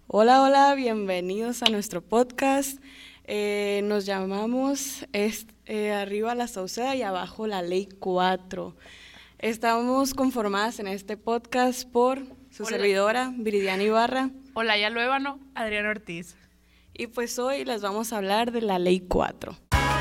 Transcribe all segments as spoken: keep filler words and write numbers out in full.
Hola, hola, bienvenidos a nuestro podcast. Eh, nos llamamos es, eh, Arriba la Sauceda y Abajo la Ley cuatro. Estamos conformadas en este podcast por su Hola. servidora, Viridiana Ibarra. Olaya Luébano, Adrián Ortiz. Y pues hoy les vamos a hablar de la Ley cuatro.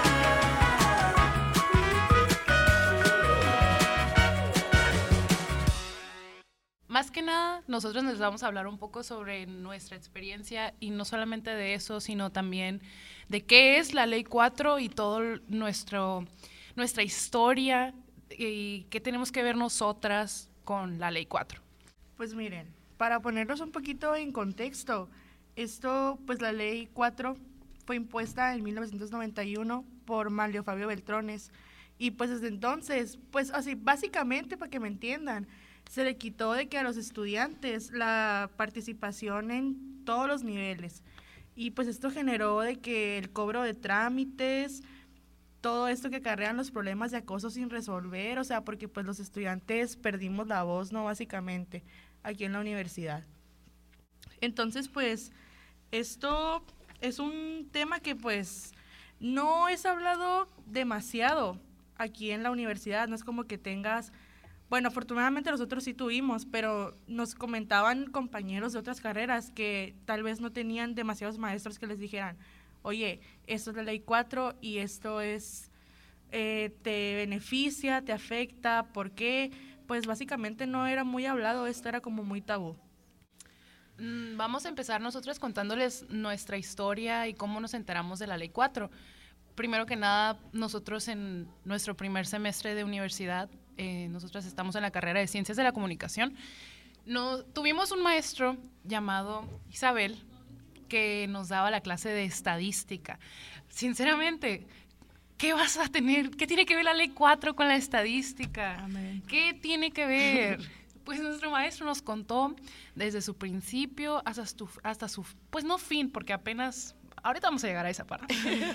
Más que nada, nosotros les vamos a hablar un poco sobre nuestra experiencia y no solamente de eso, sino también de qué es la Ley cuatro y todo nuestro, nuestra historia y qué tenemos que ver nosotras con la Ley cuatro. Pues miren, para ponernos un poquito en contexto, esto, pues la Ley cuatro fue impuesta en mil novecientos noventa y uno por Manlio Fabio Beltrones y pues desde entonces, pues así, básicamente para que me entiendan, se le quitó de que a los estudiantes la participación en todos los niveles y pues esto generó de que el cobro de trámites, todo esto que acarrean los problemas de acoso sin resolver, o sea, porque pues los estudiantes perdimos la voz, ¿no? Básicamente, aquí en la universidad. Entonces, pues, esto es un tema que pues no es hablado demasiado aquí en la universidad, no es como que tengas... Bueno, afortunadamente nosotros sí tuvimos, pero nos comentaban compañeros de otras carreras que tal vez no tenían demasiados maestros que les dijeran, oye, esto es la ley cuatro y esto es, eh, te beneficia, te afecta, ¿por qué? Pues básicamente no era muy hablado, esto era como muy tabú. Mm, vamos a empezar nosotros contándoles nuestra historia y cómo nos enteramos de la Ley cuatro. Primero que nada, nosotros en nuestro primer semestre de universidad, eh, nosotros estamos en la carrera de Ciencias de la Comunicación, no, tuvimos un maestro llamado Isabel que nos daba la clase de estadística. Sinceramente, ¿qué vas a tener? ¿Qué tiene que ver la Ley cuatro con la estadística? Amén. ¿Qué tiene que ver? Pues nuestro maestro nos contó desde su principio hasta su, hasta su pues no fin, porque apenas... Ahorita vamos a llegar a esa parte.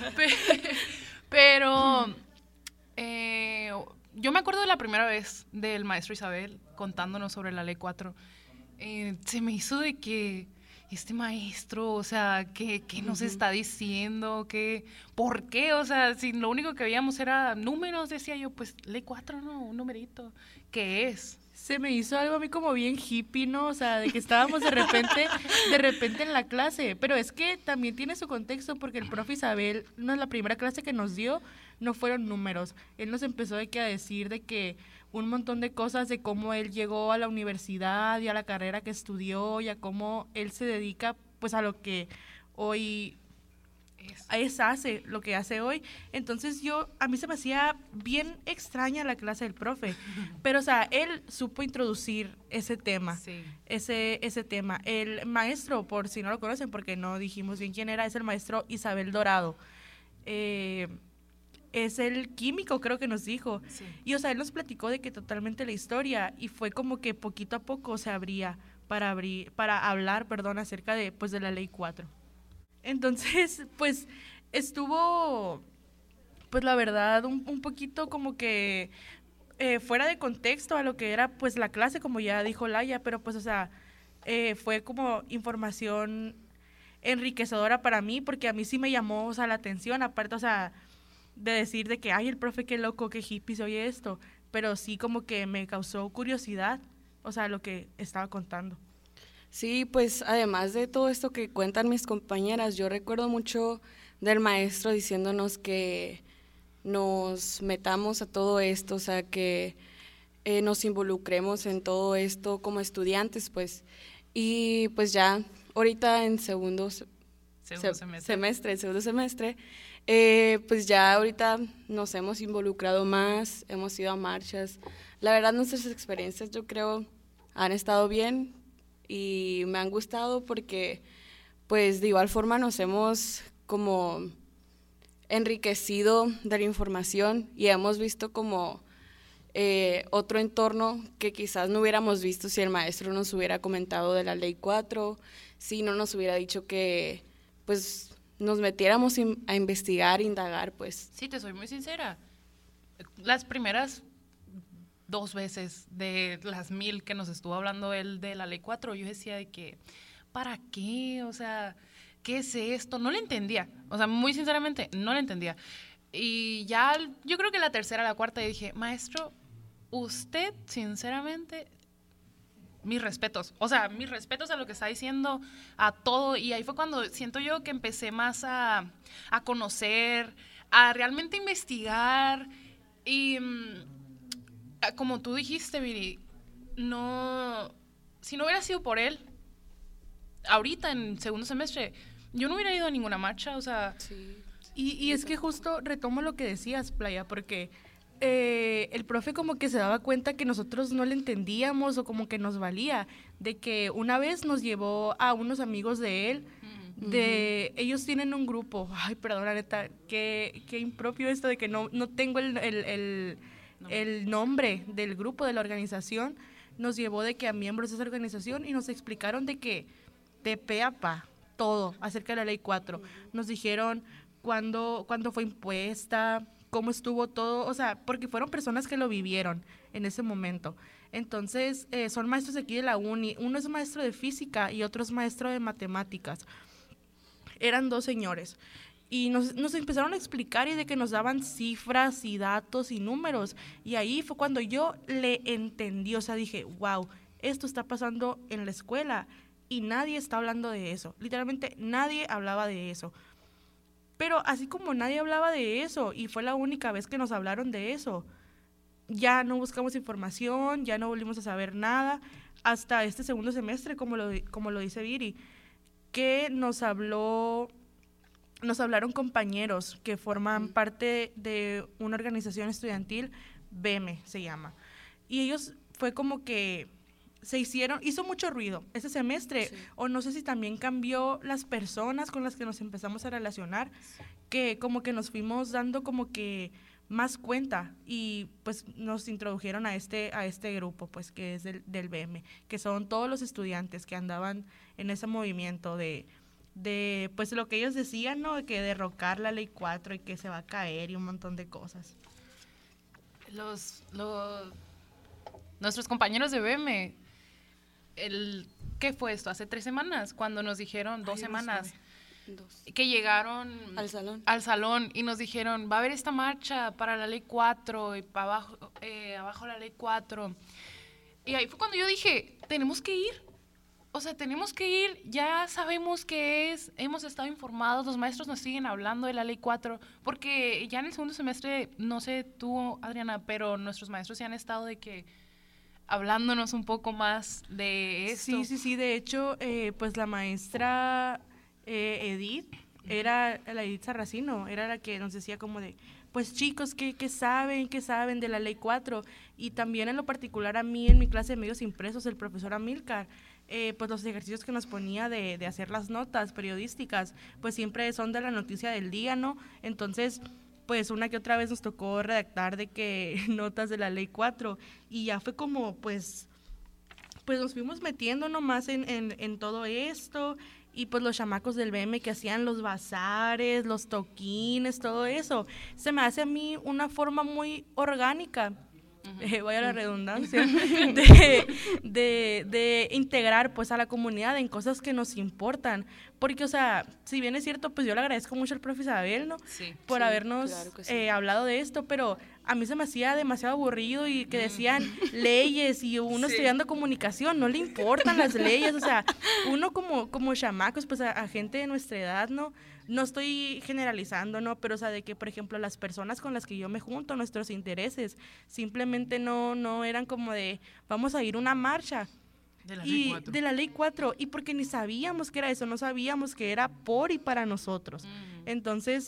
Pero eh, yo me acuerdo de la primera vez del maestro Isabel contándonos sobre la Ley cuatro. Eh, se me hizo de que este maestro, o sea, ¿qué, qué nos uh-huh. está diciendo? ¿Qué, ¿Por qué? O sea, si lo único que veíamos era números, decía yo, pues Ley cuatro, ¿no? Un numerito. ¿Qué es? Se me hizo algo a mí como bien hippie, ¿no? O sea, de que estábamos de repente, de repente en la clase. Pero es que también tiene su contexto porque el profe Isabel, no es la primera clase que nos dio, no fueron números. Él nos empezó de que a decir de que un montón de cosas de cómo él llegó a la universidad y a la carrera que estudió y a cómo él se dedica pues a lo que hoy... es hace lo que hace hoy. Entonces yo, a mí se me hacía bien extraña la clase del profe, pero o sea, él supo introducir ese tema, sí. ese, ese tema. El maestro, por si no lo conocen, porque no dijimos bien quién era, es el maestro Isabel Dorado. Eh, es el químico, creo que nos dijo. Sí. Y o sea, él nos platicó de que totalmente la historia y fue como que poquito a poco se abría para abrir, para hablar, perdón, acerca de, pues, de la Ley cuatro. Entonces, pues, estuvo, pues, la verdad, un, un poquito como que eh, fuera de contexto a lo que era, pues, la clase, como ya dijo Laya, pero, pues, o sea, eh, fue como información enriquecedora para mí, porque a mí sí me llamó, o sea, la atención, aparte, o sea, de decir de que, ay, el profe, qué loco, qué hippie se oye esto, pero sí como que me causó curiosidad, o sea, lo que estaba contando. Sí, pues además de todo esto que cuentan mis compañeras, yo recuerdo mucho del maestro diciéndonos que nos metamos a todo esto, o sea, que eh, nos involucremos en todo esto como estudiantes, pues. Y pues ya ahorita en segundo, segundo se, semestre, semestre, segundo semestre, eh, pues ya ahorita nos hemos involucrado más, hemos ido a marchas. La verdad, nuestras experiencias yo creo han estado bien y me han gustado porque pues de igual forma nos hemos como enriquecido de la información y hemos visto como eh, otro entorno que quizás no hubiéramos visto si el maestro nos hubiera comentado de la Ley cuatro, si no nos hubiera dicho que pues nos metiéramos in, a investigar, indagar, pues. Sí, te soy muy sincera. Las primeras dos veces de las mil que nos estuvo hablando él de la Ley cuatro, yo decía de que, ¿para qué? O sea, ¿qué es esto? No le entendía. O sea, muy sinceramente, no le entendía. Y ya, yo creo que la tercera, la cuarta, yo dije, maestro, usted, sinceramente, mis respetos. O sea, mis respetos a lo que está diciendo, a todo. Y ahí fue cuando siento yo que empecé más a, a conocer, a realmente investigar. Y como tú dijiste, Viri, no, si no hubiera sido por él, ahorita en segundo semestre, yo no hubiera ido a ninguna marcha, o sea... Sí. Y, y es que justo retomo lo que decías, Playa, porque eh, el profe como que se daba cuenta que nosotros no le entendíamos o como que nos valía, de que una vez nos llevó a unos amigos de él, uh-huh. de ellos tienen un grupo, ay, perdón, la neta, qué, qué impropio esto de que no, no tengo el, el, el, no. el nombre del grupo, de la organización, nos llevó de que a miembros de esa organización y nos explicaron de que de pe a pa, todo acerca de la ley cuatro, uh-huh. nos dijeron cuándo, cuándo fue impuesta, cómo estuvo todo, o sea, porque fueron personas que lo vivieron en ese momento. Entonces, eh, son maestros aquí de la uni, uno es maestro de física y otro es maestro de matemáticas. Eran dos señores. Y nos, nos empezaron a explicar y de que nos daban cifras y datos y números. Y ahí fue cuando yo le entendí, o sea, dije, wow, esto está pasando en la escuela y nadie está hablando de eso. Literalmente nadie hablaba de eso. Pero así como nadie hablaba de eso, y fue la única vez que nos hablaron de eso, ya no buscamos información, ya no volvimos a saber nada, hasta este segundo semestre, como lo, como lo dice Viri, que nos habló, nos hablaron compañeros que forman parte de una organización estudiantil, B E M E se llama, y ellos fue como que se hicieron, hizo mucho ruido ese semestre, sí. o no sé si también cambió las personas con las que nos empezamos a relacionar, sí. que como que nos fuimos dando como que más cuenta y pues nos introdujeron a este, a este grupo, pues que es del, del B E M E, que son todos los estudiantes que andaban en ese movimiento de, de pues lo que ellos decían, ¿no? De que derrocar la ley cuatro y que se va a caer y un montón de cosas. Los, los nuestros compañeros de B E M E, el, ¿qué fue esto? Hace tres semanas, cuando nos dijeron, dos Ay, semanas, dos. que llegaron al salón. al salón y nos dijeron, va a haber esta marcha para la ley cuatro y para abajo, eh, abajo la ley cuatro. Y ahí fue cuando yo dije, tenemos que ir. O sea, tenemos que ir, ya sabemos qué es, hemos estado informados, los maestros nos siguen hablando de la ley cuatro, porque ya en el segundo semestre, no sé tú, Adriana, pero nuestros maestros se han estado de que hablándonos un poco más de esto. Sí, sí, sí, de hecho, eh, pues la maestra eh, Edith, era la Edith Sarracino, era la que nos decía como de, pues chicos, ¿qué, qué saben? ¿Qué saben de la ley cuatro? Y también en lo particular a mí, en mi clase de medios impresos, el profesor Amílcar, eh, pues los ejercicios que nos ponía de, de hacer las notas periodísticas, pues siempre son de la noticia del día, ¿no? Entonces, pues una que otra vez nos tocó redactar de que notas de la ley cuatro y ya fue como pues pues nos fuimos metiendo nomás en, en, en todo esto y pues los chamacos del B E M E que hacían los bazares, los toquines, todo eso, se me hace a mí una forma muy orgánica, uh-huh. eh, vaya la redundancia, de, de, de integrar pues a la comunidad en cosas que nos importan, porque o sea, si bien es cierto, pues yo le agradezco mucho al profe Isabel, ¿no? Sí, por sí, habernos claro sí. eh, hablado de esto, pero a mí se me hacía demasiado aburrido y que decían leyes y uno sí. estudiando comunicación, no le importan las leyes, o sea, uno como, como chamacos, pues a, a gente de nuestra edad, ¿no? No estoy generalizando, ¿no? Pero, o sea, de que, por ejemplo, las personas con las que yo me junto, nuestros intereses, simplemente no, no eran como de, vamos a ir a una marcha. De la y ley cuatro. De la ley cuatro, y porque ni sabíamos que era eso, no sabíamos que era por y para nosotros. Mm. Entonces,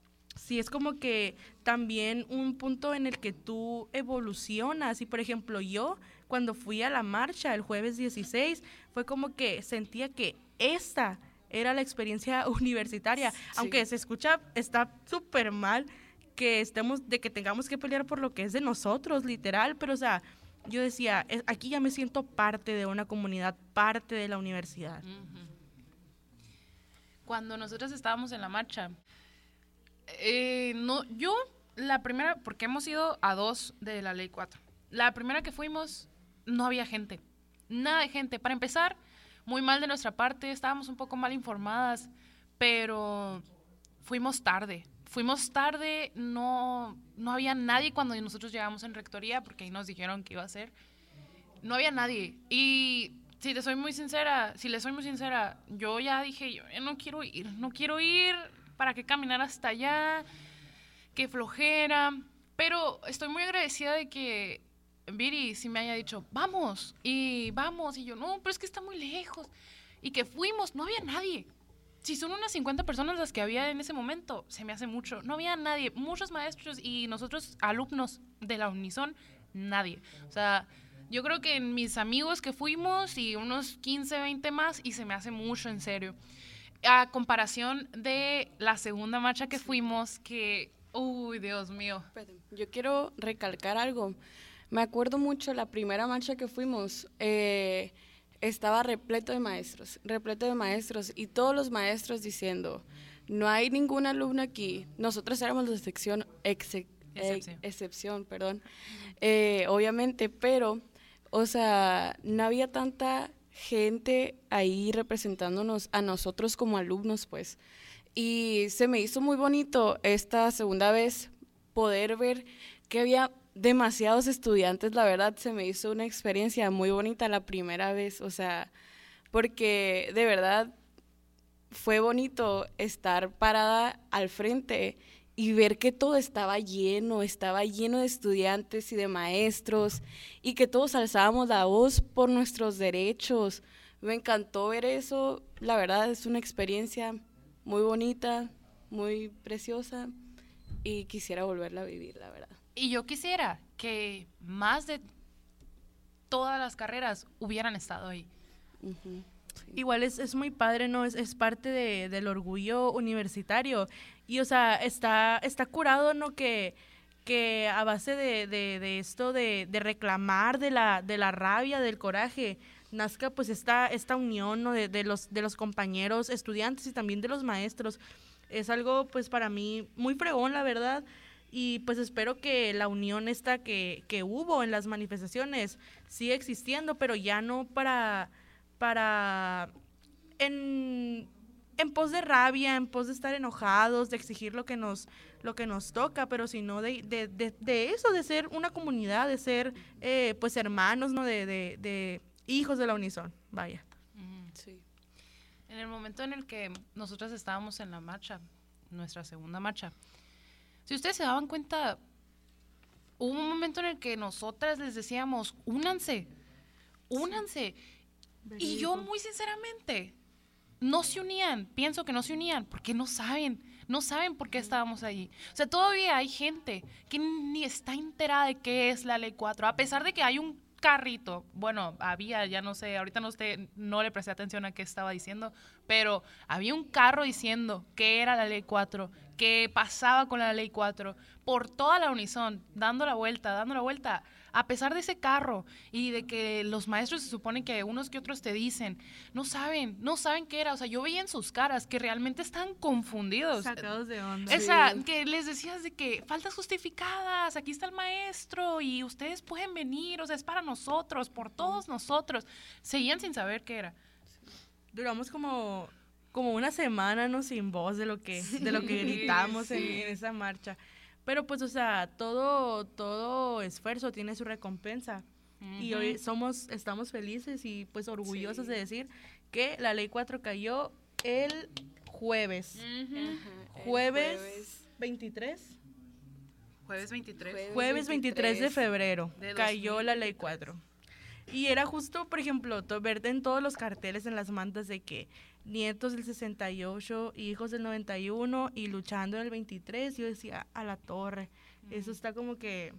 sí es como que también un punto en el que tú evolucionas, y por ejemplo, yo, cuando fui a la marcha el jueves dieciséis, fue como que sentía que esta era la experiencia universitaria, sí. aunque se escucha, está súper mal que estemos, de que tengamos que pelear por lo que es de nosotros, literal, pero o sea, yo decía, aquí ya me siento parte de una comunidad, parte de la universidad. Uh-huh. Cuando nosotros estábamos en la marcha, eh, no, yo, la primera, porque hemos ido a dos de la ley cuatro, la primera que fuimos, no había gente, nada de gente. Para empezar, muy mal de nuestra parte, estábamos un poco mal informadas, pero fuimos tarde. Fuimos tarde, no, no había nadie cuando nosotros llegamos en rectoría, porque ahí nos dijeron que iba a ser. No había nadie. Y si te soy muy sincera, si le soy muy sincera, yo ya dije, yo no quiero ir, no quiero ir, ¿para qué caminar hasta allá? Qué flojera. Pero estoy muy agradecida de que Viri sí me haya dicho, vamos, y vamos. Y yo, no, pero es que está muy lejos. Y que fuimos, no había nadie. Si son unas cincuenta personas las que había en ese momento, se me hace mucho. No había nadie, muchos maestros y nosotros alumnos de la Unison, nadie. O sea, yo creo que mis amigos que fuimos y unos quince, veinte más, y se me hace mucho, en serio. A comparación de la segunda marcha que fuimos, que, uy, Dios mío. Yo quiero recalcar algo. Me acuerdo mucho la primera marcha que fuimos, eh, estaba repleto de maestros, repleto de maestros, y todos los maestros diciendo, no hay ningún alumno aquí. Nosotros éramos la sección ex, excepción, eh, excepción perdón, eh, obviamente, pero, o sea, no había tanta gente ahí representándonos a nosotros como alumnos, pues. Y se me hizo muy bonito esta segunda vez poder ver que había demasiados estudiantes. La verdad se me hizo una experiencia muy bonita la primera vez, o sea, porque de verdad fue bonito estar parada al frente y ver que todo estaba lleno, estaba lleno de estudiantes y de maestros, y que todos alzábamos la voz por nuestros derechos. Me encantó ver eso, la verdad es una experiencia muy bonita, muy preciosa, y quisiera volverla a vivir, la verdad. Y yo quisiera que más de todas las carreras hubieran estado ahí. Uh-huh. Sí. Igual es, es muy padre, ¿no? Es, es parte de, del orgullo universitario. Y, o sea, está, está curado, ¿no? Que, que a base de, de, de esto, de, de reclamar, de la, de la rabia, del coraje, nazca pues esta, esta unión, ¿no? De, de, los, de los compañeros estudiantes y también de los maestros. Es algo, pues, para mí muy fregón, la verdad. Y pues espero que la unión esta que, que hubo en las manifestaciones siga existiendo, pero ya no para, para en, en pos de rabia, en pos de estar enojados, de exigir lo que nos, lo que nos toca, pero sino de, de, de, de eso, de ser una comunidad, de ser eh, pues hermanos, ¿no? De, de, de hijos de la Unison, vaya. Mm, sí. En el momento en el que nosotras estábamos en la marcha, nuestra segunda marcha, si ustedes se daban cuenta, hubo un momento en el que nosotras les decíamos, únanse, únanse. Sí. Y yo, muy sinceramente, no se unían, pienso que no se unían, porque no saben, no saben por qué estábamos ahí. O sea, todavía hay gente que ni está enterada de qué es la Ley cuatro, a pesar de que hay un carrito, bueno, había, ya no sé, ahorita no, usted, no le presté atención a qué estaba diciendo, pero había un carro diciendo qué era la Ley cuatro, qué pasaba con la Ley cuatro, por toda la Unison, dando la vuelta, dando la vuelta, a pesar de ese carro y de que los maestros se suponen que unos que otros te dicen, no saben, no saben qué era. O sea, yo veía en sus caras que realmente están confundidos. Sacados de onda. Esa, sí. Que les decías de que faltas justificadas, aquí está el maestro y ustedes pueden venir, o sea, es para nosotros, por todos nosotros. Seguían sin saber qué era. Duramos como, como una semana, ¿no? Sin voz de lo que, de lo que gritamos sí. en, en esa marcha. Pero pues, o sea, todo, todo esfuerzo tiene su recompensa. Uh-huh. Y hoy somos, estamos felices y pues orgullosos sí. de decir que la Ley cuatro cayó el jueves. Uh-huh. Uh-huh. Jueves, jueves veintitrés. Jueves veintitrés. Jueves, jueves veintitrés de febrero de cayó la Ley cuatro. Y era justo, por ejemplo, to- verte en todos los carteles, en las mantas de que nietos del sesenta y ocho, hijos del noventa y uno y luchando en el veintitrés, yo decía, a la torre, mm. eso está como que,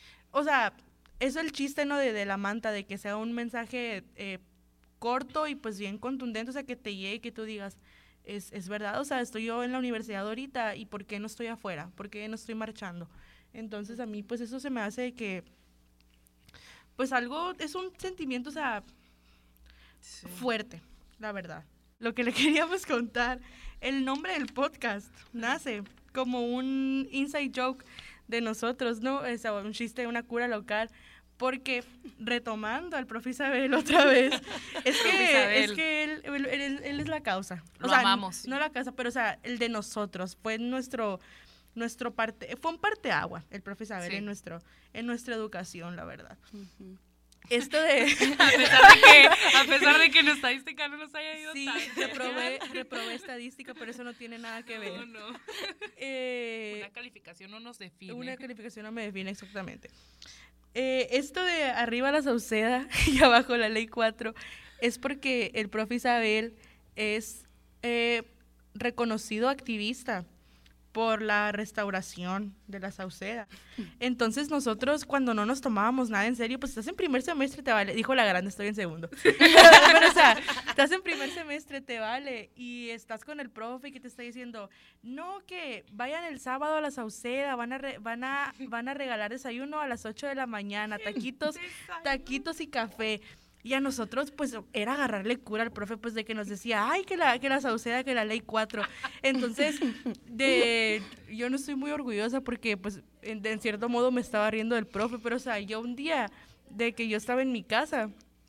o sea, eso es el chiste, ¿no? De, de la manta, de que sea un mensaje eh, corto y pues bien contundente, o sea, que te llegue y que tú digas, es, es verdad, o sea, estoy yo en la universidad ahorita y ¿por qué no estoy afuera? ¿Por qué no estoy marchando? Entonces a mí pues eso se me hace que pues algo, es un sentimiento, o sea, sí. fuerte, la verdad. Lo que le queríamos contar, el nombre del podcast nace como un inside joke de nosotros, ¿no? Es un chiste, una cura local, porque retomando al profe Isabel otra vez, es que, es que él, él, él, él es la causa. O Lo sea, amamos. No, no la causa, pero o sea, el de nosotros, fue nuestro, nuestro parte, fue un parteagua el profe Isabel sí. en, nuestro, en nuestra educación, la verdad. Uh-huh. Esto de... a, pesar de que, a pesar de que en estadística no nos haya ido sí, tan reprobé, reprobé estadística, pero eso no tiene nada que ver. No, no. Eh, una calificación no nos define. Una calificación no me define exactamente. Eh, esto de arriba la Sauceda y abajo la ley cuatro es porque el profe Isabel es eh, reconocido activista por la restauración de la Sauceda. Entonces nosotros cuando no nos tomábamos nada en serio, pues estás en primer semestre, te vale, dijo la grande, estoy en segundo. pero, pero o sea, estás en primer semestre, te vale, y estás con el profe que te está diciendo, no, que vayan el sábado a la Sauceda, van a, re, van a, van a regalar desayuno a las ocho de la mañana, taquitos, taquitos y café. Y a nosotros, pues, era agarrarle cura al profe, pues, de que nos decía, ay, que la, que la Sauceda, que la ley cuatro. Entonces, de, yo no estoy muy orgullosa porque, pues, en, de, en cierto modo me estaba riendo del profe, pero, o sea, yo un día de que yo estaba en mi casa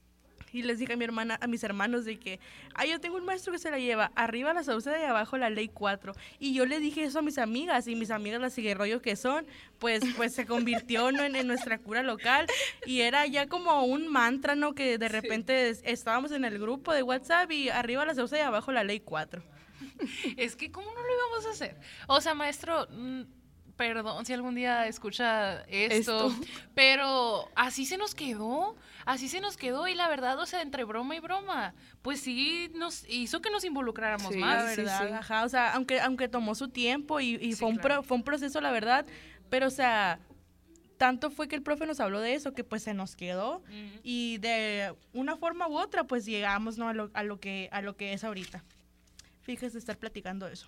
y les dije a mi hermana, a mis hermanos de que, ay, yo tengo un maestro que se la lleva arriba la Sauceda y abajo la ley cuatro. Y yo le dije eso a mis amigas, y mis amigas las siguerrollo que son, pues, pues se convirtió, ¿no? en, en nuestra cura local, y era ya como un mantra, ¿no? Que de repente sí. estábamos en el grupo de WhatsApp y arriba la Sauceda y abajo la ley cuatro. Es que, ¿cómo no lo íbamos a hacer? O sea, maestro... Mmm, perdón si algún día escucha esto, esto, pero así se nos quedó, así se nos quedó, y la verdad, o sea, entre broma y broma, pues sí nos hizo que nos involucráramos sí, más. La verdad, sí, sí. Ajá, o sea, aunque, aunque tomó su tiempo y, y sí, fue, un claro. pro, fue un proceso, la verdad, pero, o sea, tanto fue que el profe nos habló de eso que pues se nos quedó, uh-huh. y de una forma u otra, pues llegamos, ¿no? a, lo, a, lo que, a lo que es ahorita. Fíjese estar platicando eso.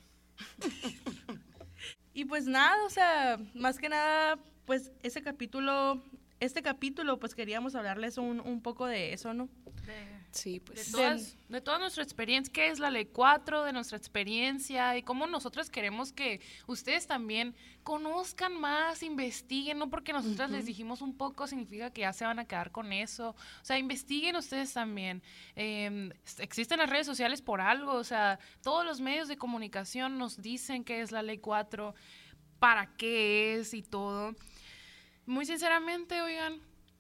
Y pues nada, o sea, más que nada, pues ese capítulo, este capítulo, pues queríamos hablarles un, un poco de eso, ¿no? De, sí, pues. De, todas, de toda nuestra experiencia, qué es la ley cuatro, de nuestra experiencia, y cómo nosotros queremos que ustedes también conozcan más, investiguen, no porque nosotras uh-huh. les dijimos un poco, significa que ya se van a quedar con eso. O sea, investiguen ustedes también. Eh, existen las redes sociales por algo, o sea, todos los medios de comunicación nos dicen qué es la ley cuatro, para qué es y todo. Muy sinceramente, oigan,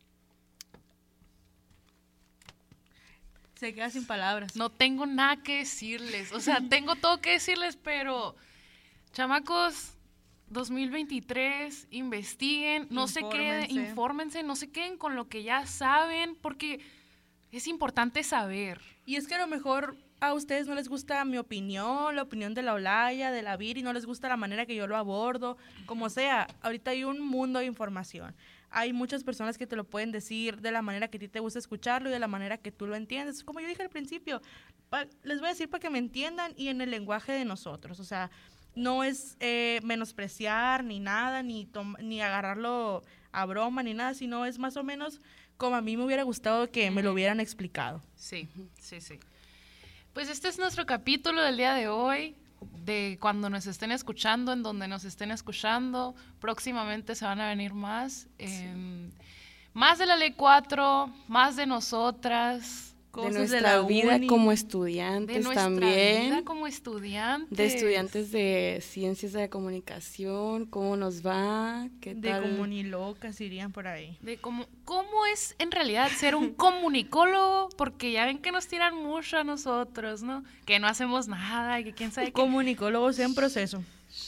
se queda sin palabras. No tengo nada que decirles, o sea, tengo todo que decirles, pero, chamacos, dos mil veintitrés, investiguen, no se queden, infórmense, no se queden con lo que ya saben, porque es importante saber. Y es que a lo mejor a ustedes no les gusta mi opinión, la opinión de la Olaya, de la Viri, no les gusta la manera que yo lo abordo, como sea, ahorita hay un mundo de información. Hay muchas personas que te lo pueden decir de la manera que a ti te gusta escucharlo y de la manera que tú lo entiendes. Como yo dije al principio, pa, les voy a decir para que me entiendan y en el lenguaje de nosotros. O sea, no es eh, menospreciar ni nada, ni, tom- ni agarrarlo a broma ni nada, sino es más o menos como a mí me hubiera gustado que me lo hubieran explicado. Sí, sí, sí. Pues este es nuestro capítulo del día de hoy. De cuando nos estén escuchando, en donde nos estén escuchando, próximamente se van a venir más, eh, sí. más de la ley cuatro, más de nosotras, de nuestra de vida uni, como estudiantes de nuestra también, vida como estudiantes, de estudiantes de ciencias de la comunicación, cómo nos va, qué de tal, comunilocas irían por ahí, de cómo, cómo es en realidad ser un comunicólogo, porque ya ven que nos tiran mucho a nosotros, ¿no? Que no hacemos nada, y que quién sabe qué. Comunicólogos en proceso.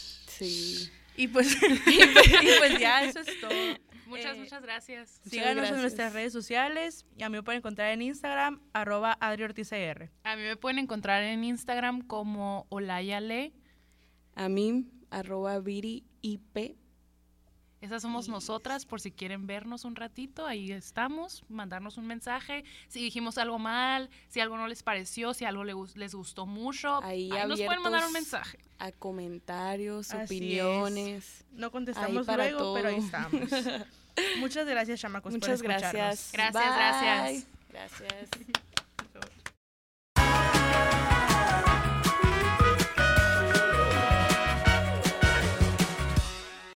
Sí. Y pues, y pues, y pues ya, eso es todo. Muchas, eh, muchas gracias. Síganos gracias. en nuestras redes sociales y a mí me pueden encontrar en Instagram, arroba Adri Ortiz R. A mí me pueden encontrar en Instagram como Olayale. A mí, arroba Viri I P. Esas somos nosotras, por si quieren vernos un ratito, ahí estamos, mandarnos un mensaje, si dijimos algo mal, si algo no les pareció, si algo les, les gustó mucho, ahí, ahí nos pueden mandar un mensaje. A comentarios, así opiniones. Es. No contestamos luego, todo. Pero ahí estamos. Muchas gracias, chamacos, Muchas por escucharnos. gracias. Gracias, Bye. gracias. Gracias.